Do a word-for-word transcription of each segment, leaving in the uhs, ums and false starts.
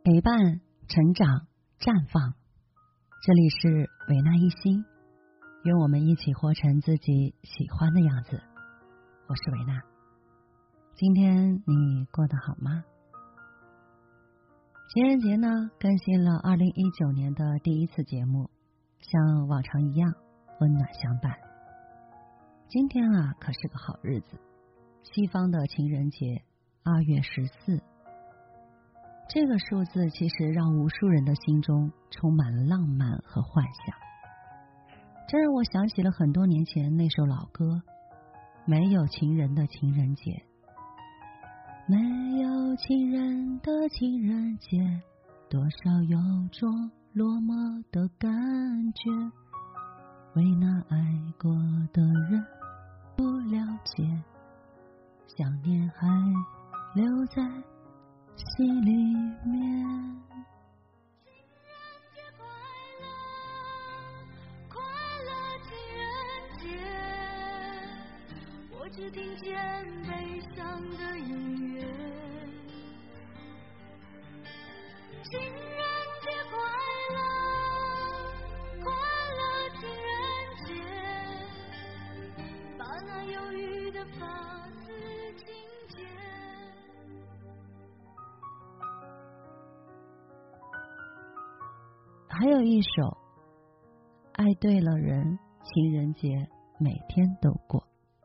陪伴、成长、绽放。这里是维纳一心，愿我们一起活成自己喜欢的样子。我是维纳，今天你过得好吗？情人节呢，更新了二零一九年的第一次节目，像往常一样温暖相伴。今天啊，可是个好日子，西方的情人节二月十四。这个数字其实让无数人的心中充满了浪漫和幻想，这让我想起了很多年前那首老歌《没有情人的情人节》。没有情人的情人节，多少有种落寞的感觉，为那爱过的人不了解，想念还留在心里面。 情人节快乐，快乐情人节，我只听见悲伤的音乐。情人节快乐，快乐情人节，把那忧郁的发丝轻解。 还有一首爱对了人，情人节每天都过。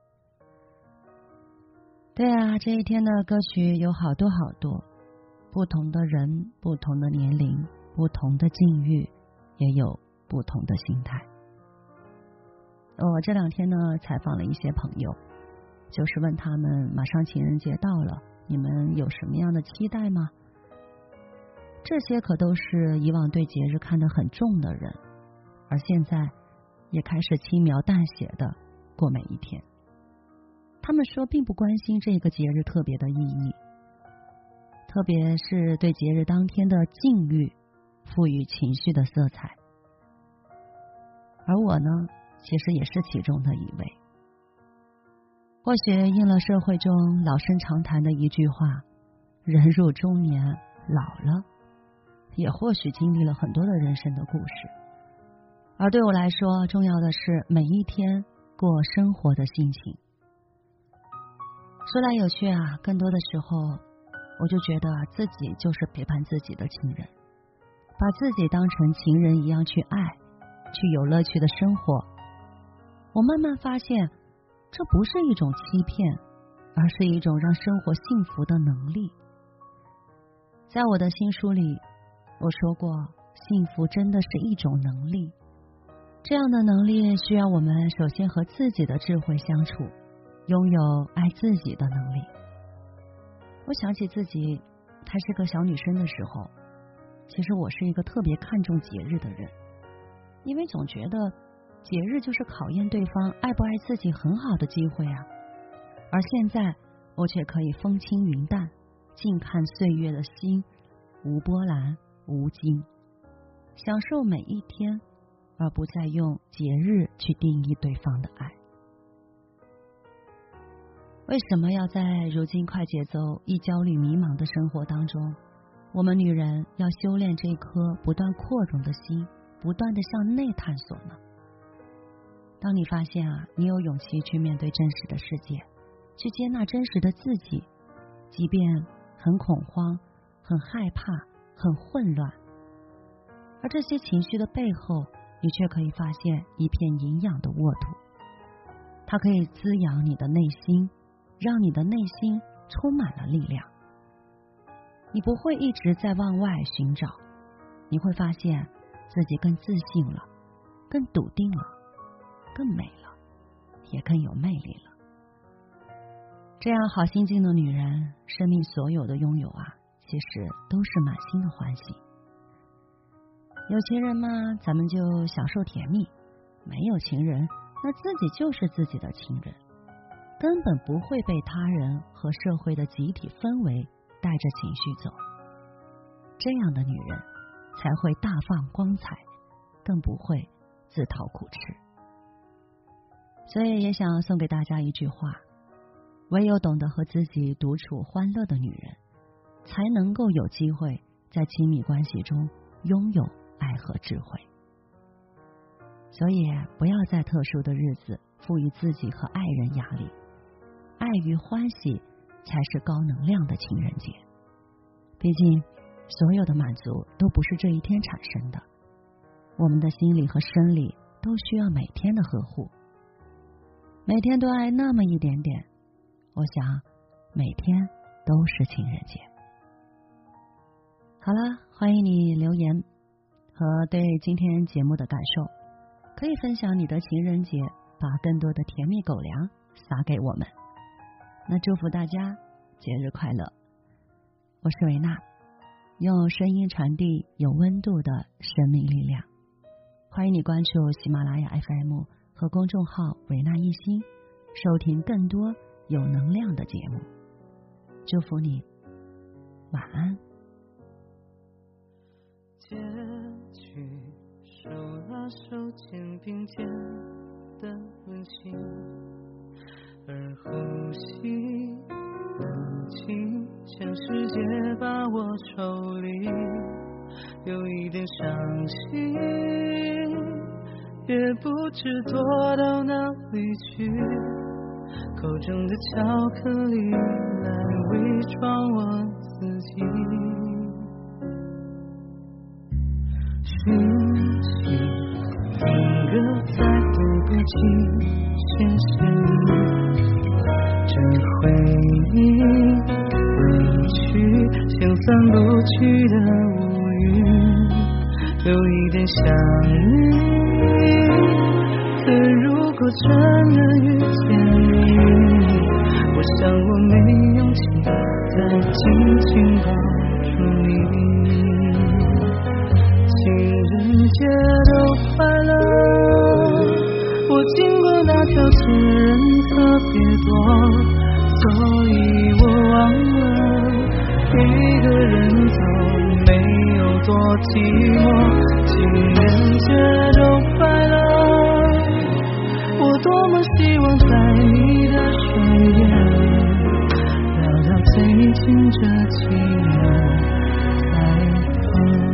对啊，这一天的歌曲有好多好多，不同的人，不同的年龄，不同的境遇，也有不同的心态。我这两天呢采访了一些朋友，就是问他们马上情人节到了，你们有什么样的期待吗？这些可都是以往对节日看得很重的人，而现在也开始轻描淡写的过每一天。他们说并不关心这个节日特别的意义，特别是对节日当天的境遇赋予情绪的色彩。而我呢，其实也是其中的一位。或许应了社会中老生常谈的一句话，人入中年老了，也或许经历了很多的人生的故事。而对我来说，重要的是每一天过生活的心情。说来有趣啊，更多的时候我就觉得自己就是陪伴自己的情人，把自己当成情人一样去爱，去有乐趣的生活。我慢慢发现，这不是一种欺骗，而是一种让生活幸福的能力。在我的新书里我说过，幸福真的是一种能力，这样的能力需要我们首先和自己的智慧相处，拥有爱自己的能力。我想起自己还是个小女生的时候，其实我是一个特别看重节日的人，因为总觉得节日就是考验对方爱不爱自己很好的机会啊。而现在我却可以风轻云淡，静看岁月的心无波澜无惊，享受每一天，而不再用节日去定义对方的爱。为什么要在如今快节奏、易焦虑、迷茫的生活当中，我们女人要修炼这颗不断扩容的心，不断的向内探索呢？当你发现啊，你有勇气去面对真实的世界，去接纳真实的自己，即便很恐慌、很害怕、很混乱，而这些情绪的背后，你却可以发现一片营养的沃土，它可以滋养你的内心，让你的内心充满了力量。你不会一直在往外寻找，你会发现自己更自信了，更笃定了，更美了，也更有魅力了。这样好心境的女人，生命所有的拥有啊，其实都是满心的欢喜。有情人嘛，咱们就享受甜蜜；没有情人，那自己就是自己的情人，根本不会被他人和社会的集体氛围带着情绪走。这样的女人才会大放光彩，更不会自讨苦吃。所以也想送给大家一句话，唯有懂得和自己独处欢乐的女人，才能够有机会在亲密关系中拥有爱和智慧。所以不要在特殊的日子赋予自己和爱人压力，爱与欢喜才是高能量的情人节。毕竟所有的满足都不是这一天产生的，我们的心理和生理都需要每天的呵护，每天多爱那么一点点，我想每天都是情人节。好了，欢迎你留言和对今天节目的感受，可以分享你的情人节，把更多的甜蜜狗粮撒给我们。那祝福大家节日快乐。我是维娜，用声音传递有温度的生命力量。欢迎你关注喜马拉雅 F M 和公众号维纳一心，收听更多有能量的节目。祝福你，晚安。 结局手拉手肩并肩的温馨，而呼吸冷静，全世界把我抽离，有一点伤心，也不知躲到哪里去，口中的巧克力来伪装我自己。讯息定格在对不起，谢谢你，这回忆委屈像散不去的乌云，有一点想你，可如果真的遇见你，我想我没勇气再紧紧抱住你。情人节都快乐，我经过那条街人特别多，所以我忘了一个人走没有多寂寞。情人节都快乐，我多么希望在你的身边，聊聊最近这几年太疼。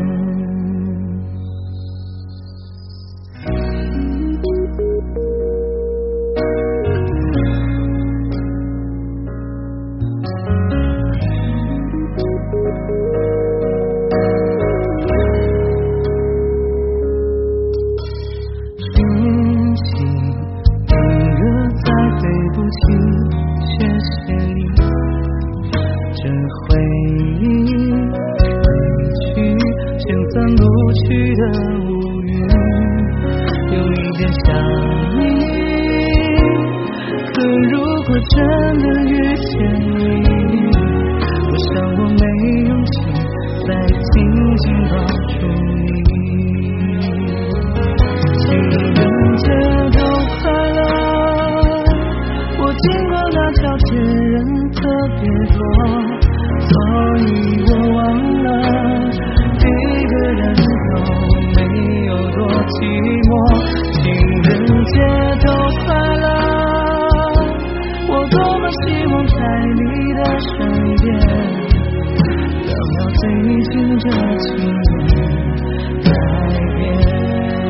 真的遇见你，我想我没勇气再紧紧抱住你。情人节都快乐，我经过那条街人特别多，所以我忘了一个人走没有多寂寞。情人节都快乐，多么希望在你的身边，聊聊最近这几年改变。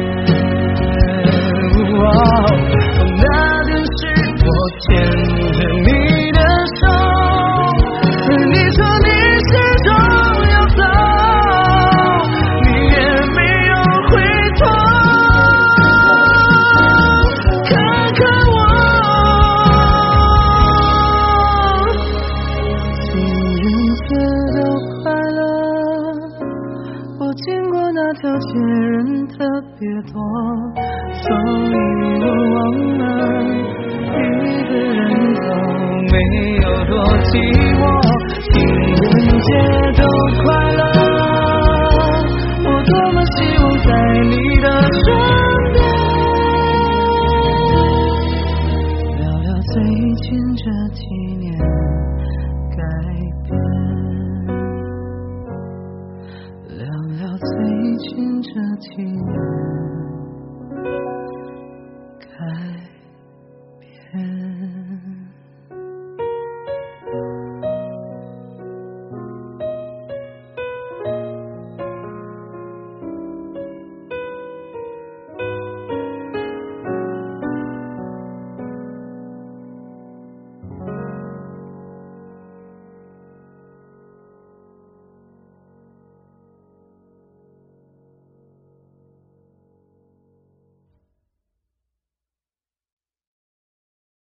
那天是我牵着你的手，你说你始终要走，你也没有回头看看我。条街人特别多，所以我忘了一个人走没有多寂寞。情人节都快乐，我多么希望在你的身边，聊聊最近这几年改变，聊聊最近这几年。